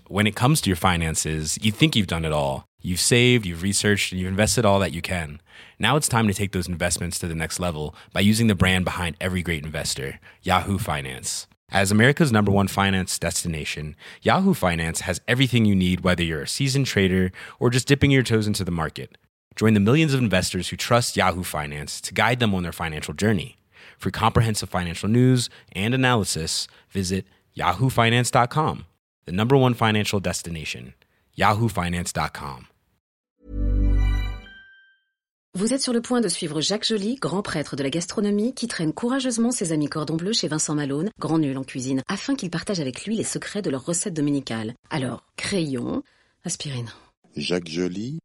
when it comes to your finances, you think you've done it all. You've saved, you've researched, and you've invested all that you can. Now it's time to take those investments to the next level by using the brand behind every great investor, Yahoo Finance. As America's #1 finance destination, Yahoo Finance has everything you need, whether you're a seasoned trader or just dipping your toes into the market. Join the millions of investors who trust Yahoo Finance to guide them on their financial journey. For comprehensive financial news and analysis, visit yahoofinance.com, the #1 financial destination, yahoofinance.com. Vous êtes sur le point de suivre Jacques Joly, grand prêtre de la gastronomie, qui traîne courageusement ses amis cordon bleu chez Vincent Malone, grand nul en cuisine, afin qu'il partage avec lui les secrets de leur recette dominicale. Alors, crayon, aspirine. Jacques Joly.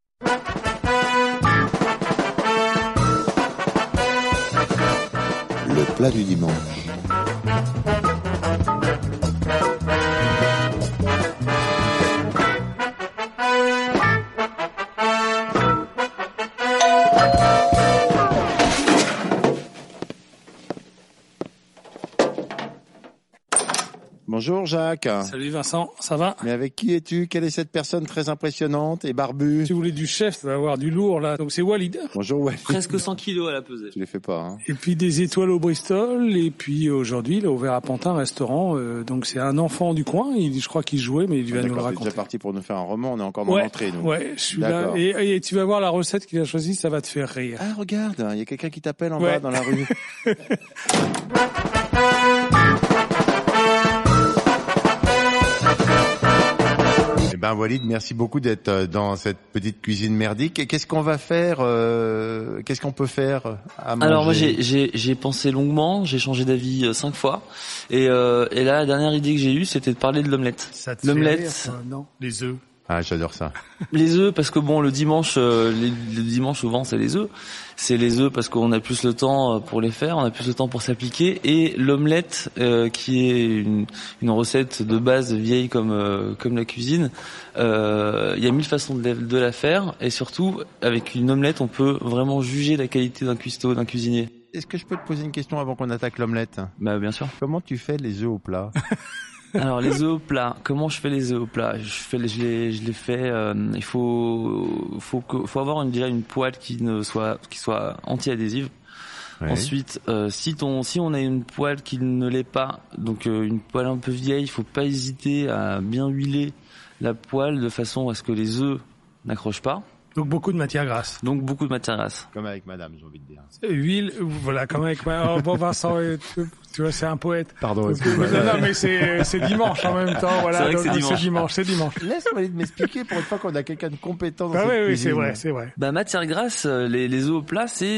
Le plat du dimanche. Bonjour Jacques. Salut Vincent, ça va? Mais avec qui es-tu? Quelle est cette personne très impressionnante et barbue? Si vous voulez du chef, ça va avoir du lourd là. Donc c'est Walid. Bonjour Walid. Presque 100 kilos à la pesée. Tu les fais pas, hein? Et puis des étoiles au Bristol. Et puis aujourd'hui, il a ouvert à Pantin un restaurant. Donc c'est un enfant du coin. Je crois qu'il jouait, mais il va nous le raconter. Tu es déjà parti pour nous faire un roman. On est encore dans l'entrée, nous. Ouais, je suis là. Et tu vas voir la recette qu'il a choisie, ça va te faire rire. Ah, regarde, il y a quelqu'un qui t'appelle en bas dans la rue. Eh ben Walid, merci beaucoup d'être dans cette petite cuisine merdique. Et qu'est-ce qu'on va faire qu'est-ce qu'on peut faire à manger? Alors moi j'ai pensé longuement, j'ai changé d'avis 5 fois. Et là la dernière idée que j'ai eue, c'était de parler de l'omelette. Ça te l'omelette, fait rire, non? Les œufs. Ah, j'adore ça. Les œufs parce que bon le dimanche le dimanche souvent c'est les œufs. C'est les œufs parce qu'on a plus le temps pour les faire, on a plus le temps pour s'appliquer, et l'omelette qui est une recette de base vieille comme la cuisine. Il y a 1000 façons de la faire, et surtout avec une omelette on peut vraiment juger la qualité d'un cuistot, d'un cuisinier. Est-ce que je peux te poser une question avant qu'on attaque l'omelette? Bah bien sûr. Comment tu fais les œufs au plat? Alors les œufs au plat, comment je fais les œufs au plat? Je les fais. Il faut avoir déjà une poêle qui soit anti-adhésive. Ouais. Ensuite, si on a une poêle qui ne l'est pas, donc une poêle un peu vieille, il faut pas hésiter à bien huiler la poêle de façon à ce que les œufs n'accrochent pas. Donc beaucoup de matière grasse. Comme avec madame, j'ai envie de dire. Huile, voilà, comme avec madame. Oh, bon, Vincent, tu vois, c'est un poète. Pardon. Non, mais c'est dimanche en même temps, voilà. C'est vrai que c'est dimanche. Laisse-moi m'expliquer pour une fois qu'on a quelqu'un de compétent dans cette cuisine. Oui, c'est vrai. Bah, matière grasse, les œufs au plat, c'est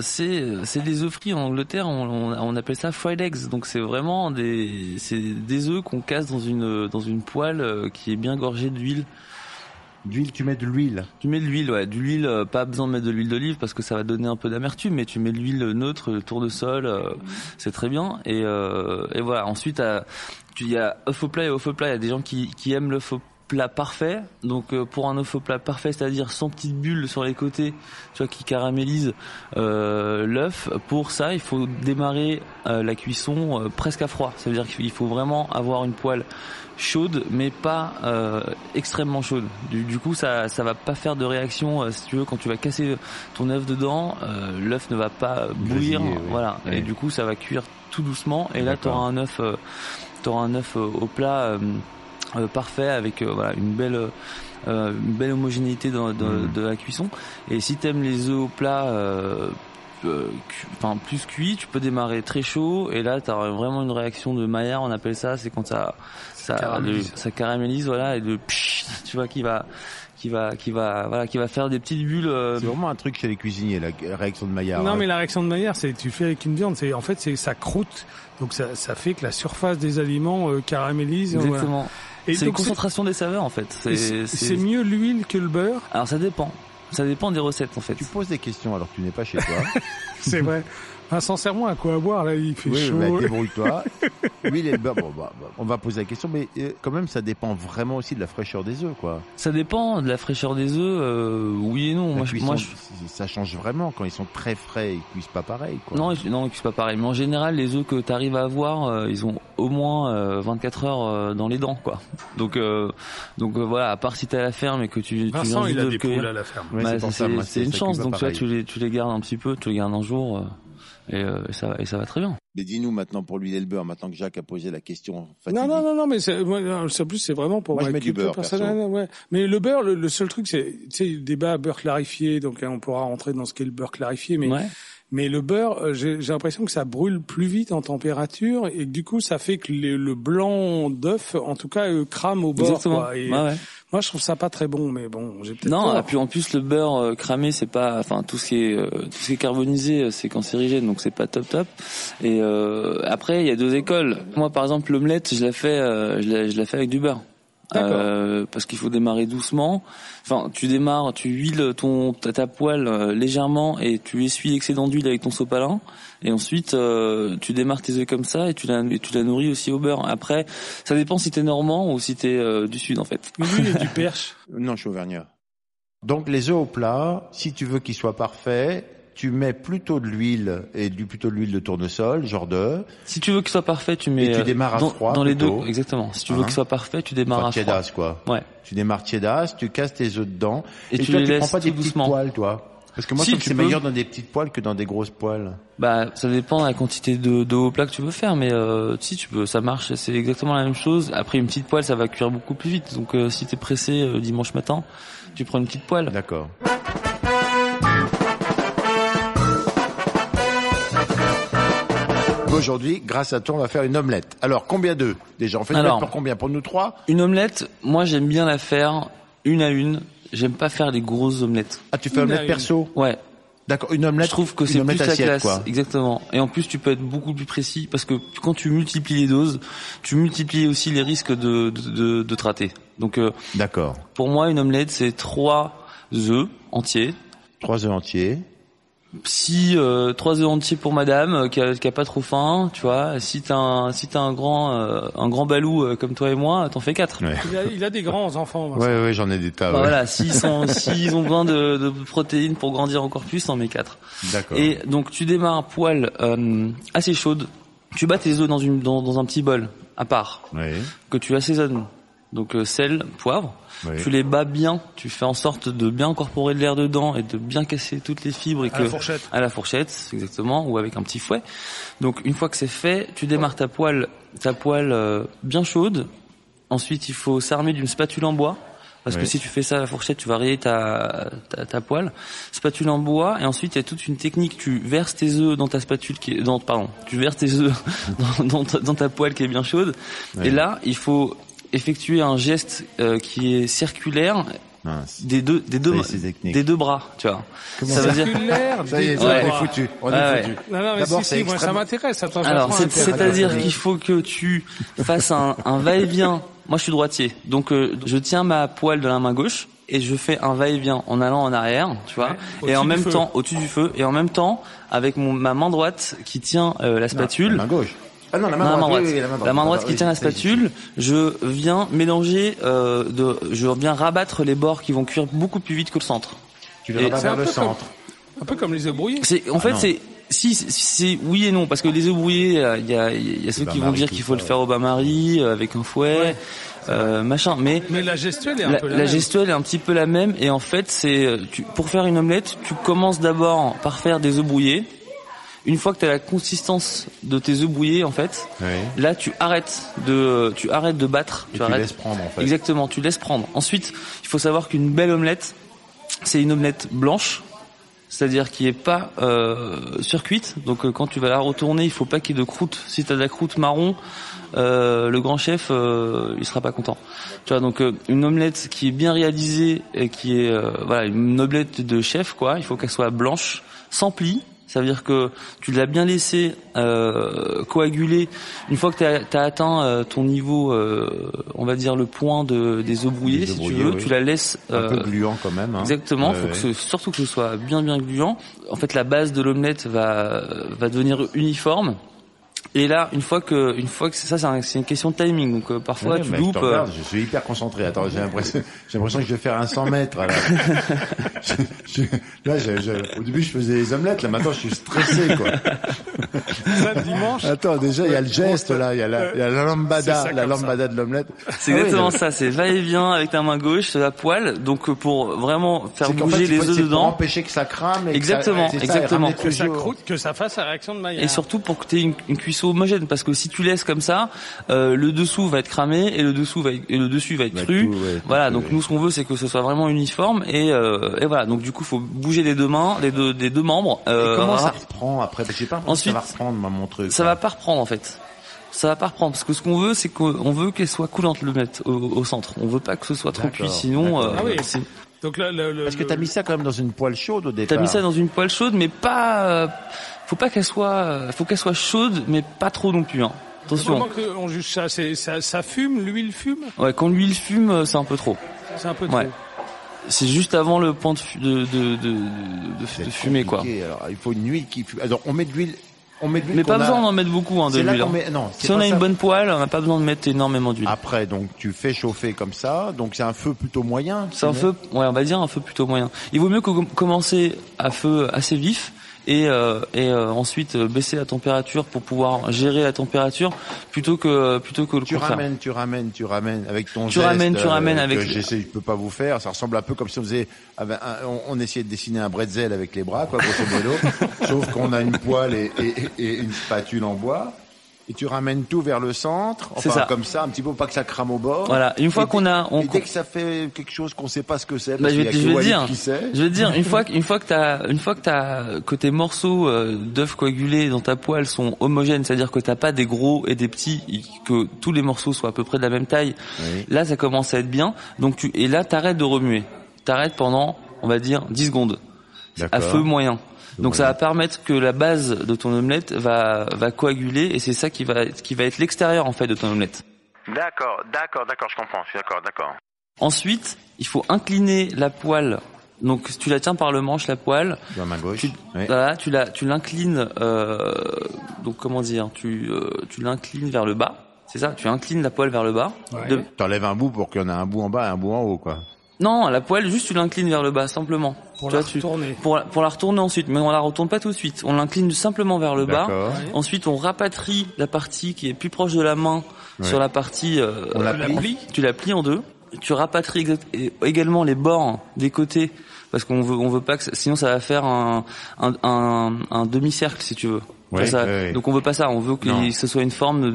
des œufs frits en Angleterre, on appelle ça fried eggs. Donc c'est vraiment des œufs qu'on casse dans une poêle qui est bien gorgée d'huile. D'huile, tu mets de l'huile. Tu mets de l'huile, ouais. De l'huile, pas besoin de mettre de l'huile d'olive parce que ça va donner un peu d'amertume, mais tu mets de l'huile neutre, tournesol, c'est très bien. Et voilà. Ensuite, il y a œuf au plat et œuf au plat. Il y a des gens qui aiment l'œuf au plat parfait. Donc, pour un œuf au plat parfait, c'est-à-dire sans petites bulles sur les côtés, tu vois, qui caramélisent l'œuf. Pour ça, il faut démarrer la cuisson presque à froid. Ça veut dire qu'il faut vraiment avoir une poêle chaude, mais pas extrêmement chaude. Du coup, ça va pas faire de réaction. Si tu veux, quand tu vas casser ton œuf dedans, l'œuf ne va pas bouillir. Oui. Voilà. Oui. Et du coup, ça va cuire tout doucement. Et là, t'auras un œuf au plat parfait avec voilà une belle homogénéité de la cuisson. Et si t'aimes les œufs au plat plus cuit, tu peux démarrer très chaud, et là t'as vraiment une réaction de Maillard, on appelle ça, c'est quand ça caramélise, voilà, et tu vois qui va faire des petites bulles. C'est vraiment un truc chez les cuisiniers, la réaction de Maillard. Non, mais la réaction de Maillard, c'est tu fais avec une viande, ça croûte, donc ça fait que la surface des aliments caramélise. Exactement. Voilà. Et c'est une concentration des saveurs en fait. C'est mieux l'huile que le beurre. Alors ça dépend. Ça dépend des recettes en fait. Tu poses des questions alors que tu n'es pas chez toi. C'est vrai. Vincent, serre-moi un coup à boire, là, il fait Oui, chaud. bah, débrouille-toi. L'huile et le beurre, bon, on va poser la question, mais quand même, ça dépend vraiment aussi de la fraîcheur des œufs, quoi. Ça dépend de la fraîcheur des œufs, oui et non. Ça change vraiment. Quand ils sont très frais, ils cuisent pas pareil, quoi. Non, ils cuisent pas pareil. Mais en général, les œufs que tu arrives à avoir, ils ont au moins 24 heures dans les dents, quoi. Donc voilà, à part si t'es à la ferme et que tu Vincent, viens il a de des cueillir. poules à la ferme. Ouais, c'est pour ça, moi, c'est une ça chance. cuit pas Donc tu vois, pareil. tu les gardes un petit peu, tu les gardes un jour. Et ça va très bien. Mais dis-nous maintenant pour l'huile et le beurre, maintenant que Jacques a posé la question fatidique. Non, mais c'est plus, c'est vraiment pour moi je mets du beurre, personnel. Ouais. Mais le beurre, le seul truc, c'est, tu sais, le débat beurre clarifié, donc on pourra rentrer dans ce qu'est le beurre clarifié, mais. Ouais. Mais le beurre, j'ai l'impression que ça brûle plus vite en température et que du coup ça fait que le blanc d'œuf, en tout cas, crame au bord. Exactement. Quoi. Et Ouais. moi, je trouve ça pas très bon, mais bon, j'ai peut-être Non, tort. et puis en plus le beurre cramé, c'est pas, enfin tout ce qui est carbonisé, c'est cancérigène, donc c'est pas top. Et après, il y a deux écoles. Moi, par exemple, l'omelette, je la fais avec du beurre. Parce qu'il faut démarrer doucement. Enfin, tu huiles ta poêle légèrement et tu essuies l'excédent d'huile avec ton sopalin. Et ensuite, tu démarres tes œufs comme ça et tu la nourris aussi au beurre. Après, ça dépend si t'es normand ou si t'es du sud en fait. Mais lui, il est du Perche. Non, je suis auvergnat. Donc les œufs au plat, si tu veux qu'ils soient parfaits, tu mets plutôt de l'huile plutôt de l'huile de tournesol, genre d'œuf. Si tu veux que ce soit parfait, tu mets Et tu démarres à froid dans les deux. plutôt. Exactement. Si tu veux que ce soit parfait, tu démarres à froid. Tiédas, quoi. Ouais. Tu démarres tiédas, tu casses tes œufs dedans. Et tu toi, les tu laisses prends pas des tout petites doucement. poêles, toi. Parce que moi, Si, je trouve que tu c'est peux. meilleur dans des petites poêles que dans des grosses poêles. Bah, ça dépend de la quantité de haut plat que tu veux faire, mais si tu peux, ça marche, c'est exactement la même chose. Après, une petite poêle, ça va cuire beaucoup plus vite. Donc, si t'es pressé dimanche matin, tu prends une petite poêle. D'accord. Aujourd'hui, grâce à toi, on va faire une omelette. Alors, combien d'œufs déjà? On fait une omelette pour combien? Pour nous trois? Une omelette, moi j'aime bien la faire une à une. J'aime pas faire les grosses omelettes. Ah, tu fais omelette perso? Ouais. D'accord, une omelette. Je trouve que c'est une plus omelette la assiette, classe, quoi. exactement. Et en plus, tu peux être beaucoup plus précis parce que quand tu multiplies les doses, tu multiplies aussi les risques de te rater. Donc, d'accord. Pour moi, une omelette, c'est 3 œufs entiers. 3 œufs entiers. Si 3 œufs entiers pour madame qui a pas trop faim, tu vois. Si t'as un grand balou comme toi et moi, t'en fais 4. Ouais. Il a des grands enfants. Vincent. Ouais, j'en ai des tas. Bah ouais. voilà, s'ils ont besoin de protéines pour grandir encore plus, t'en mets 4. D'accord. Et donc tu démarres à poêle assez chaude. Tu bats tes œufs dans un petit bol à part Ouais. que tu assaisonnes. Donc sel, poivre. Oui. Tu les bats bien. Tu fais en sorte de bien incorporer de l'air dedans et de bien casser toutes les fibres et À la fourchette. À la fourchette, exactement, ou avec un petit fouet. Donc une fois que c'est fait, tu démarres ta poêle bien chaude. Ensuite, il faut s'armer d'une spatule en bois. Parce que si tu fais ça à la fourchette, tu vas rayer ta poêle. Spatule en bois, et ensuite il y a toute une technique. Tu verses tes œufs dans ta spatule tu verses tes œufs dans ta poêle qui est bien chaude. Ouais. Et là, il faut effectuer un geste qui est circulaire des deux bras, tu vois. Ça veut dire Ça y est, Ouais. on est foutu. On est foutu. Non, mais D'abord, si, moi ça m'intéresse. Attends, Alors, j'apprends un peu. c'est-à-dire qu'il faut que tu fasses un va-et-vient. Moi, je suis droitier, donc je tiens ma poêle de la main gauche et je fais un va-et-vient en allant en arrière, tu vois, Ouais, et en même au-dessus du temps au-dessus du feu, et en même temps avec ma main droite qui tient la spatule. La main gauche. Ah non, la main Non, droite. oui, la main droite. La main droite Ah, qui oui, tient la ça y est, spatule, je viens mélanger, je viens rabattre les bords qui vont cuire beaucoup plus vite que le centre. Tu les rabats c'est vers un le peu centre. Un peu comme les œufs brouillés. non. C'est oui et non, parce que les œufs brouillés, il y a ceux qui vont dire qu'il faut le faire au bain-marie avec un fouet, machin. Mais la gestuelle est un peu la la même. gestuelle est un petit peu la même, et en fait, pour faire une omelette, tu commences d'abord par faire des œufs brouillés. Une fois que tu as la consistance de tes œufs brouillés, en fait, là tu arrêtes de battre, Tu laisses prendre, en fait. Exactement, tu laisses prendre. Ensuite, il faut savoir qu'une belle omelette, c'est une omelette blanche, c'est-à-dire qui est pas surcuite. Donc quand tu vas la retourner, il faut pas qu'il y ait de croûte. Si tu as de la croûte marron, le grand chef il sera pas content. Tu vois, donc une omelette qui est bien réalisée et qui est une omelette de chef, quoi, il faut qu'elle soit blanche, sans plis. Ça veut dire que tu l'as bien laissé coaguler. Une fois que t'as atteint ton niveau, on va dire le point des œufs brouillés, si tu veux, oui. Tu la laisses un peu gluant quand même. Hein. Exactement. Faut surtout que ce soit bien gluant. En fait, la base de l'omelette va devenir uniforme. Et là, une fois que c'est ça, c'est une question de timing. Donc parfois tu loupes. Je suis hyper concentré. Attends, j'ai l'impression que je vais faire un 100 mètres. Là, au début, je faisais les omelettes. Là, maintenant, je suis stressé, quoi. Ça, le dimanche. Attends, déjà, il y a le geste là, il y a la lambada, de l'omelette. C'est exactement ça. C'est va-et-vient avec ta main gauche, la poêle. Donc pour vraiment faire bouger les œufs dedans, pour empêcher que ça crame. Et exactement. Que ça croûte, que ça fasse la réaction de Maillard. Et surtout pour que tu aies une cuisson homogène, parce que si tu laisses comme ça, le dessous va être cramé et le dessus va être cru. Voilà, donc nous ce qu'on veut c'est que ce soit vraiment uniforme et voilà. Donc du coup, faut bouger des deux mains, des deux membres. Et comment ça reprend après? J'ai pas l'impression que ça va reprendre mon truc. Ça va pas reprendre en fait. Ça va pas reprendre parce que ce qu'on veut c'est qu'on veut qu'elle soit coulante l'omelette au centre. On veut pas que ce soit trop cuit, sinon donc là, parce que t'as mis ça quand même dans une poêle chaude au départ. T'as mis ça dans une poêle chaude, mais pas. Faut qu'elle soit chaude, mais pas trop non plus. Hein. Attention. Comment qu'on juge ça? Ça fume, l'huile fume? Ouais, quand l'huile fume, c'est un peu trop. C'est un peu trop. Ouais. C'est juste avant le point de fumer, quoi. Alors, il faut une huile qui fume. Alors, on met de l'huile. Mais pas besoin d'en mettre beaucoup de l'huile. Si on a une bonne poêle, on n'a pas besoin de mettre énormément d'huile. Après, donc tu fais chauffer comme ça, donc c'est un feu plutôt moyen. C'est un feu, on va dire un feu plutôt moyen. Il vaut mieux commencer à feu assez vif et ensuite baisser la température pour pouvoir gérer la température plutôt que le contraire. Tu ramènes avec ton geste. Tu ramènes avec. Je peux pas vous faire. Ça ressemble un peu comme si on faisait, on essayait de dessiner un bretzel avec les bras, quoi, grosso modo. Sauf qu'on a une poêle et une spatule en bois. Et tu ramènes tout vers le centre, enfin ça. Comme ça, un petit peu pour pas que ça crame au bord. Voilà, une fois et dès que ça fait quelque chose qu'on sait pas ce que c'est, je vais te dire, une fois que tes morceaux d'œufs coagulés dans ta poêle sont homogènes, c'est-à-dire que t'as pas des gros et des petits, que tous les morceaux soient à peu près de la même taille. Oui. Là, ça commence à être bien. Donc et là, t'arrêtes de remuer. T'arrêtes pendant, on va dire, 10 secondes. À feu moyen. Donc ça va permettre que la base de ton omelette va coaguler et c'est ça qui va être l'extérieur en fait de ton omelette. D'accord, je comprends, je suis d'accord. Ensuite, il faut incliner la poêle. Donc tu la tiens par le manche la poêle. De la main gauche. Voilà, tu l'inclines donc comment dire, tu l'inclines vers le bas. C'est ça, tu inclines la poêle vers le bas. Ouais. T'enlèves un bout pour qu'il y en ait un bout en bas et un bout en haut, quoi. Non, la poêle, juste tu l'inclines vers le bas, simplement. Pour la retourner. Pour la retourner ensuite, mais on la retourne pas tout de suite. On l'incline simplement vers le bas. Ouais. Ensuite, on rapatrie la partie qui est plus proche de la main sur la partie. On la plie. Tu la plies en deux. Tu rapatries également les bords des côtés parce qu'on veut pas que sinon ça va faire un demi-cercle si tu veux. Ouais, ça, ouais. Donc on veut pas ça, on veut que ce soit une forme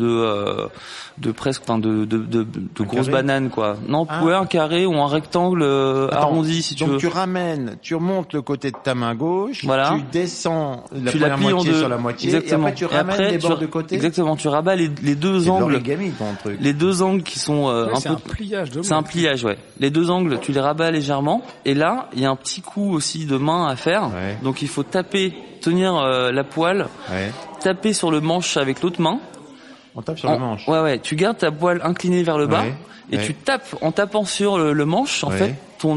de presque, enfin de grosse banane quoi. Non, un carré ou un rectangle arrondi si tu veux. Donc tu remontes le côté de ta main gauche, voilà. Tu descends tu la plies moitié en deux. Sur la moitié, exactement. Et après tu ramènes les bords de côté. Exactement, tu rabats les deux angles. Ton truc. Les deux angles qui sont c'est un pliage de. C'est un pliage, ouais. Les deux angles, tu les rabats légèrement. Et là, il y a un petit coup aussi de main à faire. Ouais. Donc il faut tenir la poêle. Ouais. Taper sur le manche avec l'autre main. On tape sur le manche. Ouais. Tu gardes ta poêle inclinée vers le bas et ouais. Tu tapes en tapant sur le manche. En fait,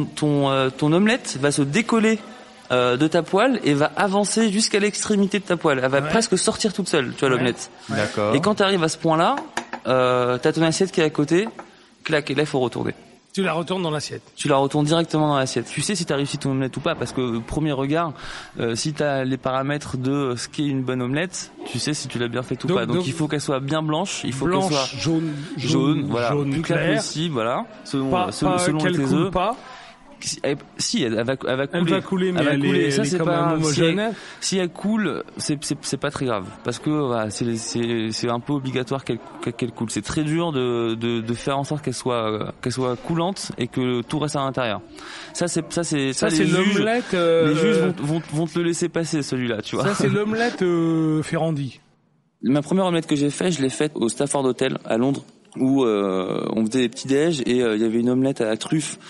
ton omelette va se décoller de ta poêle et va avancer jusqu'à l'extrémité de ta poêle. Elle va presque sortir toute seule, tu vois, l'omelette. D'accord. Et quand tu arrives à ce point-là, t'as ton assiette qui est à côté. Clac, et là, il faut retourner. Tu la retournes dans l'assiette. Tu la retournes directement dans l'assiette. Tu sais si t'as réussi ton omelette ou pas, parce que premier regard, si t'as les paramètres de ce qu'est une bonne omelette, tu sais si tu l'as bien fait ou pas. Donc il faut qu'elle soit bien blanche, il faut qu'elle soit jaune, voilà, plus clair possible, voilà, selon tes œufs. Si elle va couler. Elle va couler, mais elle est comme un homogène. Si elle coule, c'est pas très grave, parce que voilà, c'est un peu obligatoire qu'elle coule. C'est très dur de faire en sorte qu'elle soit coulante et que tout reste à l'intérieur. Ça c'est l'omelette. Les juges vont te le laisser passer celui-là, tu vois. Ça c'est l'omelette Ferrandi. Ma première omelette que j'ai faite, je l'ai faite au Stafford Hotel à Londres, où on faisait des petits déj et il y avait une omelette à la truffe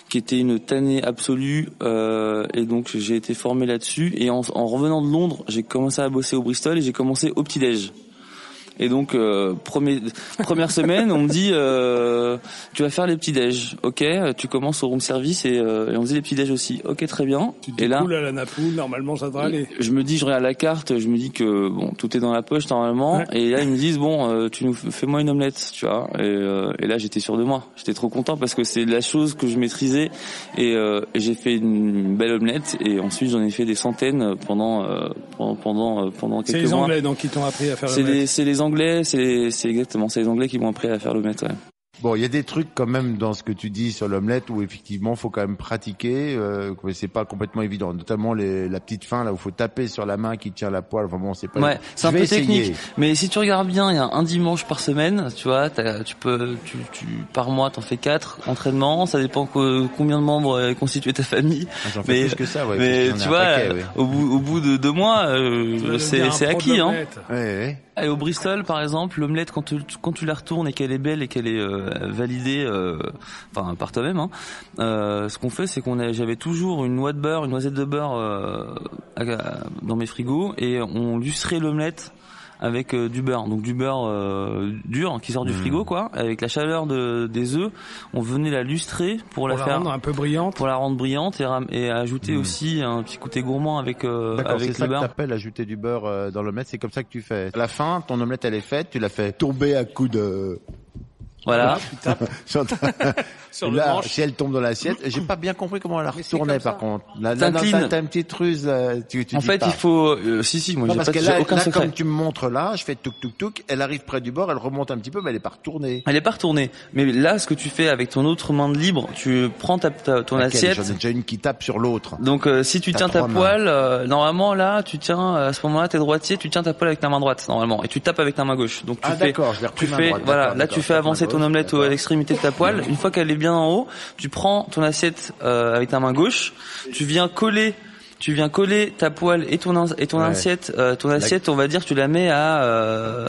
qui était une tannée absolue, et donc j'ai été formé là-dessus. Et en revenant de Londres, j'ai commencé à bosser au Bristol et j'ai commencé au petit-déj. Et donc première semaine, on me dit tu vas faire les petits déj, ok, tu commences au room service et on faisait les petits déj aussi, ok, très bien. Tu te et là, découles à la napoule, normalement ça devrait aller. je me dis, je regarde la carte, je me dis que bon, tout est dans la poche normalement. Ouais. Et là ils me disent bon, tu nous fais-moi une omelette, tu vois. Et là j'étais sûr de moi, j'étais trop content parce que c'est la chose que je maîtrisais et j'ai fait une belle omelette et ensuite j'en ai fait des centaines pendant quelques mois. C'est les Anglais donc qui t'ont appris à faire l'omelette. C'est les Anglais, c'est exactement, c'est les Anglais qui m'ont appris à faire l'omelette, ouais. Bon, il y a des trucs quand même dans ce que tu dis sur l'omelette où effectivement faut quand même pratiquer, c'est pas complètement évident, notamment la petite fin là où faut taper sur la main qui tient la poêle. Enfin bon, c'est pas. Ouais, c'est un peu technique. Mais si tu regardes bien, il y a un dimanche par semaine, tu vois, tu par mois t'en fais 4 entraînements, ça dépend combien de membres est constitué ta famille. J'en fais plus que ça, ouais. Mais tu vois, paquet, ouais. au bout de 2 mois, c'est acquis, hein. Ouais. Et au Bristol, par exemple, l'omelette quand tu la retournes et qu'elle est belle et qu'elle est validée, enfin par toi-même, hein, ce qu'on fait, c'est j'avais toujours une noisette de beurre dans mes frigos et on lustrait l'omelette avec du beurre, donc du beurre dur qui sort du frigo, quoi. Avec la chaleur des œufs, on venait la lustrer pour la faire rendre un peu brillante, pour la rendre brillante et ajouter aussi un petit côté gourmand avec le beurre. C'est ça que t'appelles ajouter du beurre dans l'omelette, c'est comme ça que tu fais. À la fin, ton omelette elle est faite, tu la fais tomber à coups de. Voilà. Sur là, si elle tombe dans l'assiette, j'ai pas bien compris comment elle la retournait par contre. Là, t'as une petite ruse. En fait, il faut. Si, moi, j'ai aucun secret. Comme tu me montres là, je fais touk, elle arrive près du bord, elle remonte un petit peu, mais elle est pas retournée. Elle est pas retournée. Mais là, ce que tu fais avec ton autre main de libre, tu prends ton assiette. J'en ai déjà une qui tape sur l'autre. Donc, si tu tiens ta poêle, normalement là, tu tiens à ce moment-là, t'es droitier, tu tiens ta poêle avec ta main droite normalement, et tu tapes avec ta main gauche. Donc tu fais, voilà, là tu fais avancer ton omelette à l'extrémité de ta poêle. Une fois qu'elle est bien en haut, tu prends ton assiette avec ta main gauche, tu viens coller ta poêle et ton assiette, on va dire, tu la mets à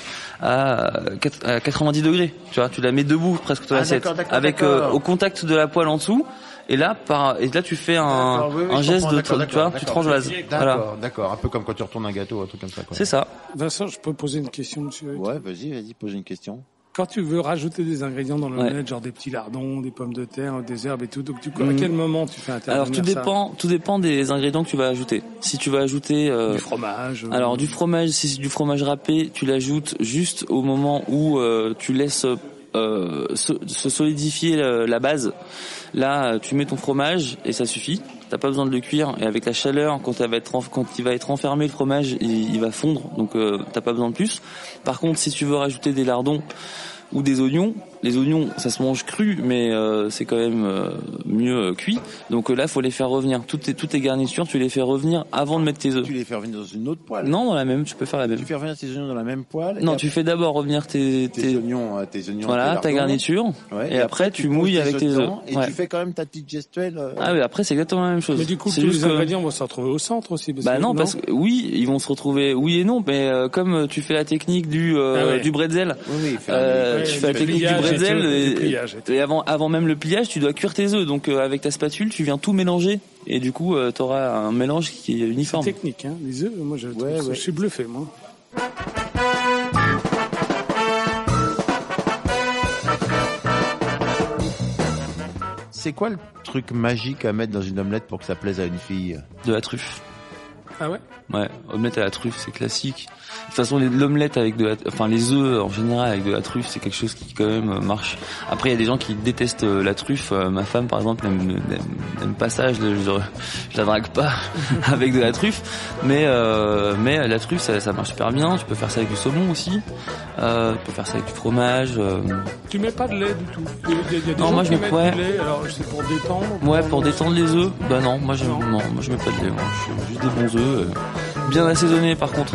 90 degrés. Tu vois, tu la mets debout presque ton assiette, avec au contact de la poêle en dessous. Et là, tu fais un geste de, tu vois, tu transvases. D'accord. Un peu comme quand tu retournes un gâteau, un truc comme ça, quoi. C'est ça. Vincent, je peux poser une question, monsieur? Ouais, vas-y, pose une question. Quand tu veux rajouter des ingrédients dans l'omelette, genre des petits lardons, des pommes de terre, des herbes et tout, donc à quel moment tu fais intervenir Alors tout dépend des ingrédients que tu vas ajouter. Si tu vas ajouter du fromage. Alors du fromage, si c'est du fromage râpé, tu l'ajoutes juste au moment où tu laisses se solidifier la base. Là, tu mets ton fromage et ça suffit. T'as pas besoin de le cuire, et avec la chaleur, quand il va être enfermé, le fromage, il va fondre, donc t'as pas besoin de plus. Par contre, si tu veux rajouter des lardons ou des oignons, les oignons, ça se mange cru, mais c'est quand même mieux cuit. Donc là, faut les faire revenir. Toutes tes garnitures, tu les fais revenir avant de mettre tes œufs. Tu les fais revenir dans une autre poêle? Non, dans la même. Tu peux faire la même. Tu fais revenir tes oignons dans la même poêle? Non, tu fais d'abord revenir tes oignons. Voilà, ta garniture. Ouais, et après, tu mouilles avec tes œufs. Et tu fais quand même ta petite gestuelle. Ah oui, après c'est exactement la même chose. Mais du coup, tous les ingrédients vont se retrouver au centre aussi. Parce que oui, ils vont se retrouver. Oui et non, mais comme tu fais la technique du bretzel, tu fais la technique du bretzel et avant même le pliage, tu dois cuire tes œufs. Donc avec ta spatule, tu viens tout mélanger et du coup, tu auras un mélange qui est uniforme. C'est technique, hein. Les œufs, moi, je suis bluffé, moi. C'est quoi le truc magique à mettre dans une omelette pour que ça plaise à une fille? De la truffe. Ah ouais? Ouais, omelette à la truffe, c'est classique. De toute façon, l'omelette avec les œufs en général avec de la truffe, c'est quelque chose qui quand même marche. Après, il y a des gens qui détestent la truffe. Ma femme, par exemple, n'aime pas ça. Je la drague pas avec de la truffe. Mais la truffe, ça marche super bien. Tu peux faire ça avec du saumon aussi. Tu peux faire ça avec du fromage. Tu mets pas de lait du tout? Il y a des non, gens moi qui mettent du lait. Alors, c'est pour détendre? Ouais, pour détendre les œufs. Bah non, moi je mets pas de lait. Moi, je fais juste des bons œufs. Bien assaisonnés, par contre.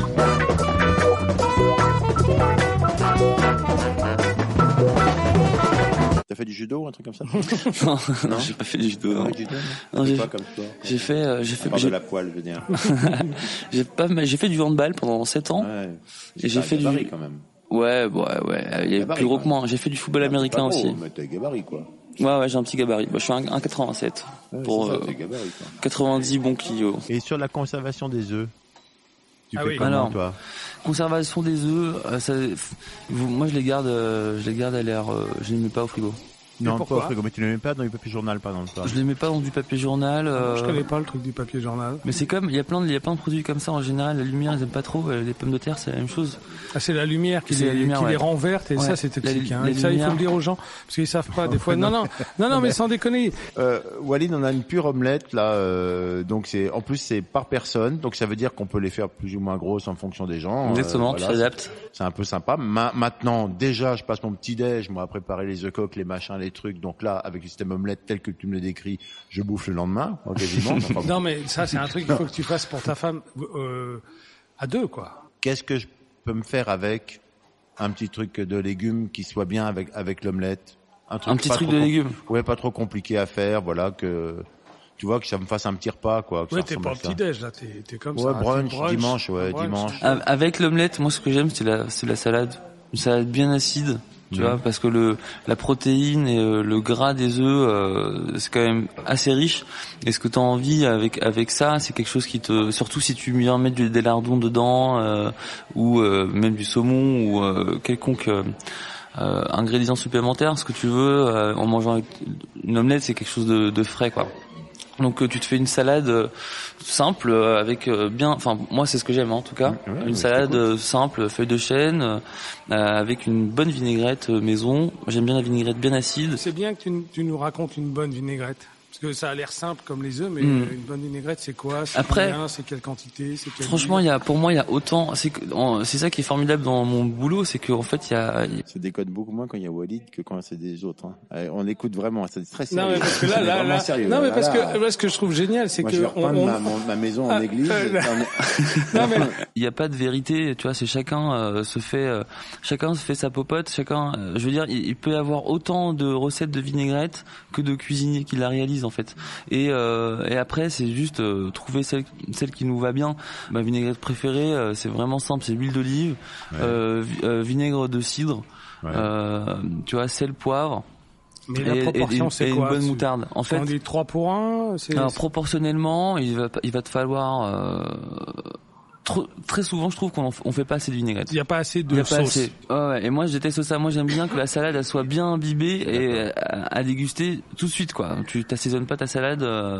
T'as fait du judo ou un truc comme ça? Non, j'ai pas fait du judo. Non, j'ai pas comme toi. J'ai fait de la poêle, je veux dire. j'ai fait du handball pendant 7 ans. Ouais. Et j'ai fait gabarit, quand même. Ouais, il y a plus gros que moi. J'ai fait du football américain aussi. Mais t'as gabarit, quoi. Ouais, j'ai un petit gabarit. Je suis un 1,87 pour gabarit, quoi. 90 bons Clio. Et sur la conservation des œufs, tu fais oui. comment, Alors, toi? Conservation des œufs, moi je les garde à l'air, je les mets pas au frigo. Non, pas pourquoi au frigo, mais tu ne les mets pas dans les papiers journal, par exemple, toi. Je les mets pas dans du papier journal. Je connais pas le truc du papier journal. Mais c'est comme, il y a plein de produits comme ça en général. La lumière, ils aiment pas trop. Les pommes de terre, c'est la même chose. Ah, c'est la lumière qui C'est la lumière, les ouais. rend vertes et Ouais. ça c'est toxique. La Et ça il faut lumière. le dire aux gens parce qu'ils savent pas des fois. Non, mais sans déconner. Walid, on a une pure omelette là, donc en plus c'est par personne, donc ça veut dire qu'on peut les faire plus ou moins grosses en fonction des gens. Exactement, tu t'adaptes. C'est un peu sympa. Maintenant, déjà, je passe mon petit déj, moi, à préparer les œufs coques, les machins, les trucs. Donc là, avec le système omelette tel que tu me le décris, je bouffe le lendemain, quasiment. Enfin, Non, mais ça c'est un truc qu'il faut que tu fasses pour ta femme à deux quoi. qu'est-ce que je peux me faire avec un petit truc de légumes qui soit bien avec l'omelette? Un petit pas truc trop de légumes. Ouais, pas trop compliqué à faire, voilà, que tu vois, que ça me fasse un petit repas, quoi. Que Ouais, ça t'es ressemble pas à au ça. petit déj là, t'es comme Ouais, ça. brunch, t'es dimanche, ouais, brunch. dimanche. Avec l'omelette, moi ce que j'aime c'est la salade. Une salade bien acide, tu vois, parce que la protéine et le gras des œufs, c'est quand même assez riche. Et ce que tu as envie avec ça, c'est quelque chose qui surtout si tu viens mettre des lardons dedans, ou même du saumon ou quelconque ingrédient supplémentaire, ce que tu veux en mangeant avec une omelette, c'est quelque chose de frais, quoi. Donc tu te fais une salade simple avec enfin moi c'est ce que j'aime en tout cas, une salade simple, feuilles de chêne avec une bonne vinaigrette maison. J'aime bien la vinaigrette bien acide. C'est bien que tu nous racontes une bonne vinaigrette. Parce que ça a l'air simple comme les œufs, mais une bonne vinaigrette, c'est quoi? C'est Après, combien? C'est quelle quantité? C'est quelle franchement, huile? pour moi, il y a autant. C'est ça qui est formidable dans mon boulot, c'est qu'en fait, il y a. Ça déconne beaucoup moins quand il y a Walid que quand c'est des autres. Hein. On écoute vraiment, c'est très sérieux. Non, mais parce que C'est vraiment là, sérieux. non, mais Là, parce là, que ce que je trouve génial, c'est moi, que je vais repeindre ma maison en église. non, mais Il n'y a pas de vérité, tu vois, c'est chacun se fait sa popote, je veux dire, il peut y avoir autant de recettes de vinaigrette que de cuisiniers qui la réalisent en fait. Et après c'est juste trouver celle qui nous va bien. Ma vinaigrette préférée, c'est vraiment simple, c'est l'huile d'olive, vinaigre de cidre, tu vois, sel, poivre. Mais la proportion, c'est et quoi? une bonne moutarde. En fait, on dit 3 pour 1, alors proportionnellement, il va te falloir très souvent, je trouve qu'on fait pas assez de vinaigrette. il n'y a pas assez Il y de a pas sauce. assez. Ouais, et moi je déteste ça. Moi j'aime bien que la salade elle soit bien imbibée et à déguster tout de suite quoi. Tu t'assaisonnes pas ta salade,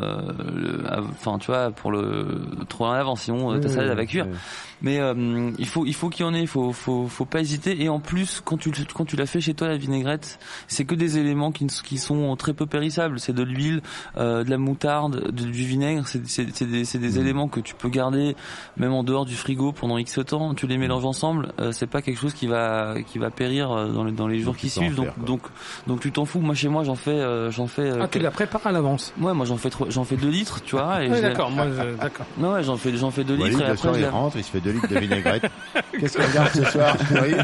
enfin tu vois, pour trop en avant, sinon ta salade elle va cuire. Mais il faut qu'il y en ait. Il faut pas hésiter. Et en plus quand tu l'as fait chez toi la vinaigrette, c'est que des éléments qui sont très peu périssables. C'est de l'huile, de la moutarde, du vinaigre. C'est des éléments que tu peux garder même en dehors du frigo pendant X temps. Tu les mélanges ensemble, c'est pas quelque chose qui va périr dans les jours qui suivent. Donc tu t'en fous. Moi chez moi j'en fais. Ah, tu la prépares à l'avance. Ouais, moi j'en fais 2 litres, tu vois. Et Oui, d'accord. D'accord. Non, ouais, j'en fais 2 Walid, litres et le après soir, il rentre, il se fait 2 litres de vinaigrette. Qu'est-ce qu'on regarde ce soir? Oui.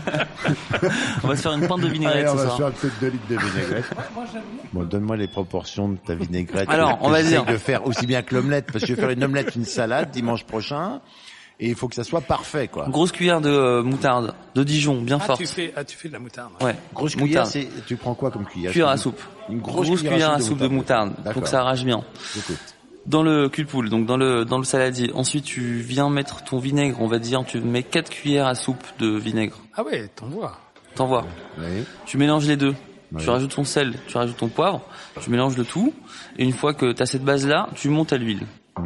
on va se faire une pinte de vinaigrette Allez, on ce va soir. se faire peut-être 2 litres de vinaigrette. Bon, donne-moi les proportions de ta vinaigrette. Alors, que on va j'essaye dire. de faire aussi bien que l'omelette, parce que je vais faire une omelette, une salade dimanche prochain. Et il faut que ça soit parfait, quoi. Grosse cuillère de moutarde de Dijon, bien forte. Tu fais de la moutarde. Ouais. Grosse cuillère, Moutarde. tu prends quoi comme cuillère? Cuillère à soupe. Une Grosse cuillère à soupe de moutarde. Faut D'accord. que ça arrache bien. Écoute. Dans le cul-de-poule, donc dans le saladier. Ensuite, tu viens mettre ton vinaigre, on va dire, tu mets 4 cuillères à soupe de vinaigre. Ah ouais, t'envoies. T'envoies. Oui. Tu mélanges les deux. Ouais. Tu rajoutes ton sel, tu rajoutes ton poivre, tu mélanges le tout. Et une fois que tu as cette base-là, tu montes à l'huile.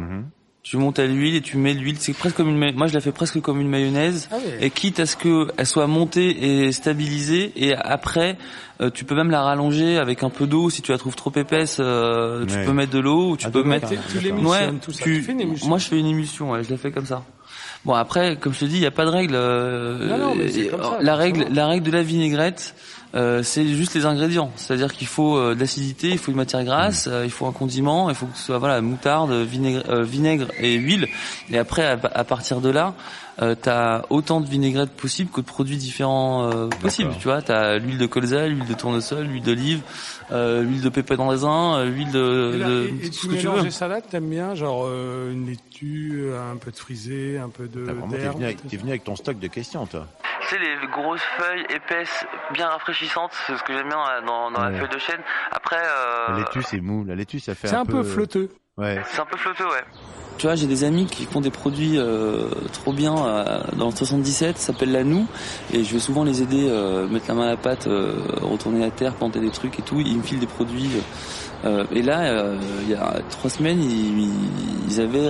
Tu montes à l'huile et tu mets l'huile, c'est presque comme moi je la fais presque comme une mayonnaise. Ah ouais. Et quitte à ce que elle soit montée et stabilisée, et après tu peux même la rallonger avec un peu d'eau si tu la trouves trop épaisse, tu peux mettre de l'eau ou tu peux mettre Tu l'émulsionnes, tout ça. Tu fais une émulsion. moi je fais une émulsion, ouais, je la fais comme ça. Bon après comme je te dis, il y a pas de règle Non, mais c'est comme ça, la règle de la vinaigrette c'est juste les ingrédients, c'est-à-dire qu'il faut de l'acidité, il faut une matière grasse, il faut un condiment, il faut que ce soit moutarde, vinaigre et huile. Et après à partir de là, t'as autant de vinaigrette possible que de produits différents possibles. Tu vois, t'as l'huile de colza, l'huile de tournesol, l'huile d'olive, l'huile de pépins de raisin, l'huile Et ce tu que tu mélanges veux. les salades, t'aimes bien, genre une laitue, un peu de frisée, un peu T'as vraiment, d'herbe. t'es venu avec ton stock de questions, toi. tu sais, les grosses feuilles épaisses, bien rafraîchissantes, c'est ce que j'aime bien dans la feuille de chêne. Après, La laitue, c'est mou. La laitue, ça fait C'est un peu flotteux. Ouais. c'est un peu flotteux, ouais. Tu vois, j'ai des amis qui font des produits trop bien dans le 77, ça s'appelle la noue, et je vais souvent les aider, mettre la main à la pâte, retourner la terre, planter des trucs et tout. Ils me filent des produits. Et là, il y a 3 semaines, ils avaient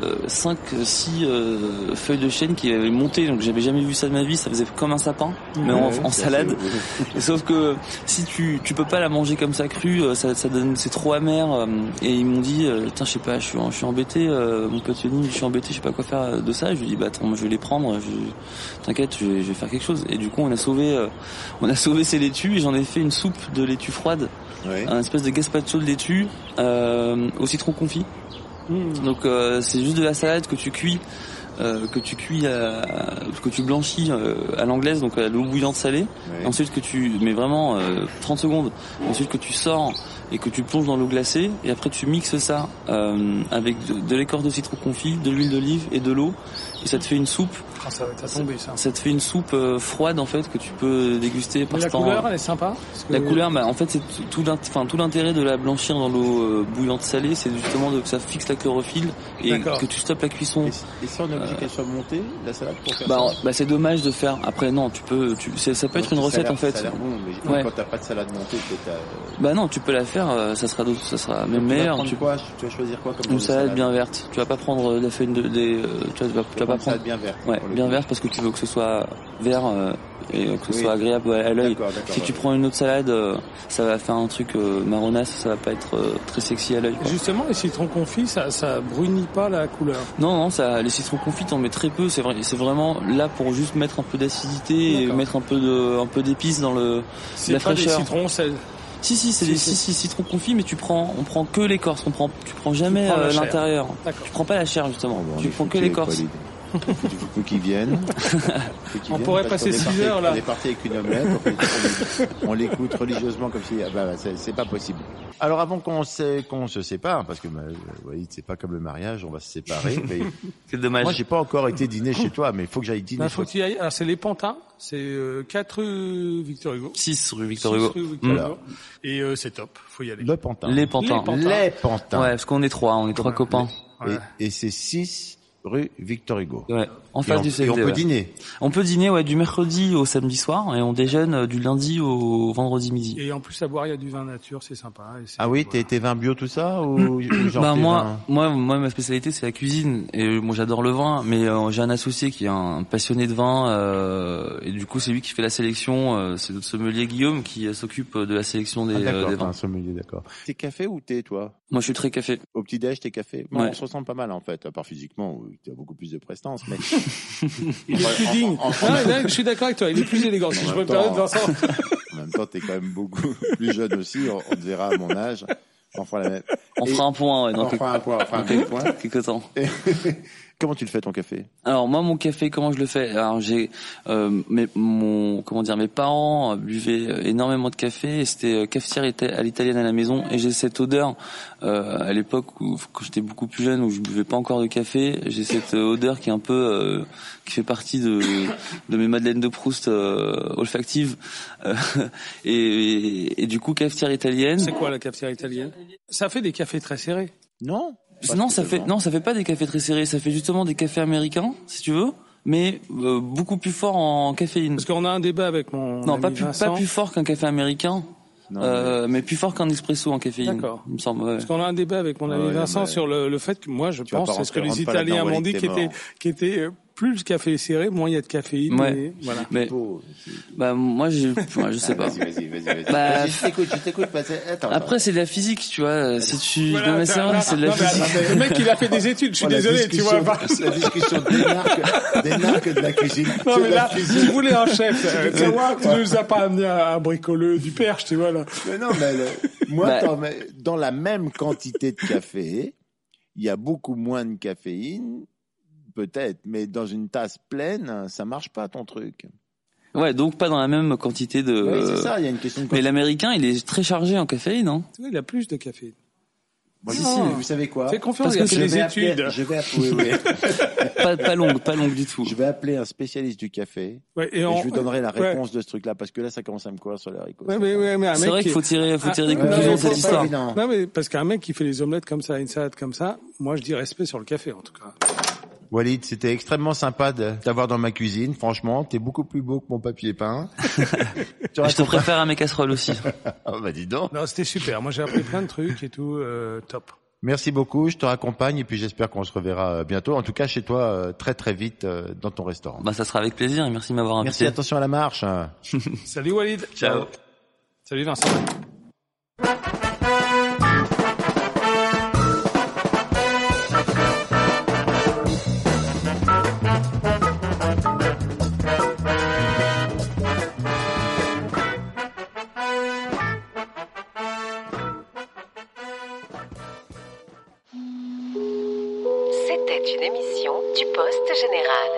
5-6 feuilles de chêne qui avaient monté, donc j'avais jamais vu ça de ma vie. Ça faisait comme un sapin, mais en salade. Et sauf que si tu peux pas la manger comme ça crue, ça donne, c'est trop amer. Et ils m'ont dit, tiens, je sais pas, je suis embêté, mon pote Yoni, je suis embêté, je sais pas quoi faire de ça. Je lui dis, bah attends, moi je vais les prendre, t'inquiète, je vais faire quelque chose. Et du coup, on a sauvé ces laitues, et j'en ai fait une soupe de laitue froide. Ouais. Un espèce de gazpacho de laitue au citron confit. Donc c'est juste de la salade que tu cuis, que tu blanchis à l'anglaise, donc à l'eau bouillante salée. Ouais. Ensuite mais vraiment 30 secondes. Ensuite que tu sors et que tu plonges dans l'eau glacée, et après tu mixes ça avec de l'écorce de citron confit, de l'huile d'olive et de l'eau, et ça te fait une soupe. Ah, ça va être tombé, ça. Ça te fait une soupe froide en fait que tu peux déguster par temps. La couleur, elle est sympa. La couleur, en fait, c'est tout l'intérêt de la blanchir dans l'eau bouillante salée, c'est justement que ça fixe la chlorophylle et que tu stoppes la cuisson. Et si on est obligé qu'elle soit montée, la salade pour faire ça c'est dommage de faire. Après non, ça peut être une recette en fait. Ça a l'air bon, mais quand t'as pas de salade montée, non, tu peux la faire, ça sera même meilleur. Tu vas choisir quoi comme une salade bien verte. Tu vas pas prendre la feuille tu vas pas prendre salade bien verte. Ouais, bien verte parce que tu veux que ce soit vert et que ce soit agréable à l'œil. Si tu prends une autre salade, ça va faire un truc marronasse, ça va pas être très sexy à l'œil. Justement, les citrons confits, ça brunit pas la couleur. Non, les citrons confits, t'en mets très peu. C'est vraiment là pour juste mettre un peu d'acidité et mettre un peu d'épices dans la fraîcheur. C'est pas des citrons, Si, c'est des citrons confits, mais on prend que l'écorce, tu prends jamais l'intérieur. Tu prends pas la chair justement, tu prends que l'écorce. Il faut qu'ils viennent. On pourrait passer 6 heures là. On est parti avec une omelette, on l'écoute religieusement comme si c'est pas possible. Alors avant qu'on se sépare, parce que c'est pas comme le mariage, on va se séparer. Mais c'est dommage. Moi j'ai pas encore été dîner chez toi, mais il faut que j'aille dîner. Faut que tu y ailles. Alors c'est les Pantins, c'est 4 rue Victor Hugo. 6 rue Victor Hugo. Et c'est top, faut y aller. Le Pantin. Les Pantins. Ouais, parce qu'on est 3 copains. Et c'est 6 rue Victor Hugo. Ouais. En face du CFD. Et on peut dîner. On peut dîner, du mercredi au samedi soir, et on déjeune du lundi au vendredi midi. Et en plus à boire, il y a du vin nature, c'est sympa. T'es vin bio tout ça ou genre moi ma spécialité c'est la cuisine, et moi j'adore le vin, mais j'ai un associé qui est un passionné de vin, et du coup c'est lui qui fait la sélection, c'est notre sommelier Guillaume qui s'occupe de la sélection des vins. Un sommelier, d'accord. T'es café ou thé toi? Moi je suis très café. Au petit déj t'es café? Ouais. On se ressemble pas mal en fait, à part physiquement où tu as beaucoup plus de prestance, mais il est plus digne. Je suis d'accord avec toi, il est plus élégant. Si je peux me permettre, Vincent. En même temps, t'es quand même beaucoup plus jeune aussi. On te verra à mon âge. On fera la même. On fera un point. On fera un point. Quelque temps. Comment tu le fais ton café? Alors moi mon café, comment je le fais? Alors j'ai mes parents buvaient énormément de café, et c'était cafetière à l'italienne à la maison, et j'ai cette odeur à l'époque où quand j'étais beaucoup plus jeune, où je buvais pas encore de café, j'ai cette odeur qui est un peu qui fait partie de mes madeleines de Proust olfactives, et du coup cafetière italienne. C'est quoi la cafetière italienne? Ça fait des cafés très serrés. Non, ça fait pas des cafés très serrés, ça fait justement des cafés américains, si tu veux, mais beaucoup plus fort en caféine. Parce qu'on a un débat avec mon ami Vincent. Pas plus fort qu'un café américain. Non, mais plus fort qu'un espresso en caféine. D'accord. Il me semble. Ouais. Parce qu'on a un débat avec mon ami Vincent sur le fait que moi je pense c'est ce que les Italiens m'ont dit qui était plus le café est serré, moins il y a de caféine. Ouais. Voilà. Mais moi je sais pas. Vas-y. Je t'écoute. Après c'est de la physique, tu vois. Si tu c'est de la physique. Le mec il a fait des études. Je suis désolé, tu vois. La discussion des narques de la cuisine. Non mais là, tu voulais un chef. Tu nous as pas amené un bricoleux du Perche, tu vois là. Mais non, mais dans la même quantité de café, il y a beaucoup moins de caféine. Peut-être, mais dans une tasse pleine, ça marche pas ton truc. Ouais, donc pas dans la même quantité de. Oui, c'est ça. Il y a une question de. Mais l'américain, il est très chargé en caféine, non? Oui, il a plus de caféine. Bon, si, Non. vous savez quoi? Fais confiance, Parce il a que fait des études. Oui. Pas longue du tout. Je vais appeler un spécialiste du café Ouais, et je lui donnerai la réponse de ce truc-là parce que là, ça commence à me courir sur les haricots. Ouais, mais un C'est mec vrai qu'il faut tirer des conclusions de cette histoire. Non, mais parce qu'un mec qui fait les omelettes comme ça, une salade comme ça, moi je dis respect sur le café en tout cas. Walid, c'était extrêmement sympa de t'avoir dans ma cuisine. Franchement, t'es beaucoup plus beau que mon papier peint. Je te préfère à mes casseroles aussi. Ah bah dis donc. Non, c'était super. Moi j'ai appris plein de trucs et tout, top. Merci beaucoup, je te raccompagne et puis j'espère qu'on se reverra bientôt. En tout cas, chez toi, très très vite dans ton restaurant. Bah ça sera avec plaisir et merci de m'avoir invité. Merci, attention à la marche. Salut Walid. Ciao. Salut Vincent. C'était une émission du Poste Général.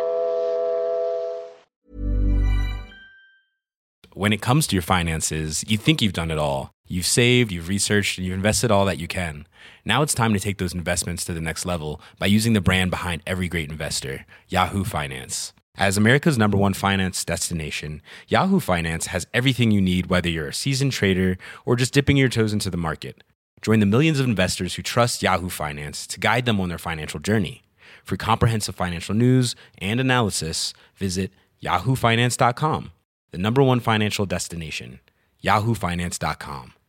When it comes to your finances, you think you've done it all. You've saved, you've researched, and you've invested all that you can. Now it's time to take those investments to the next level by using the brand behind every great investor, Yahoo Finance. As America's #1 finance destination, Yahoo Finance has everything you need, whether you're a seasoned trader or just dipping your toes into the market. Join the millions of investors who trust Yahoo Finance to guide them on their financial journey. For comprehensive financial news and analysis, visit yahoofinance.com, the #1 financial destination, yahoofinance.com.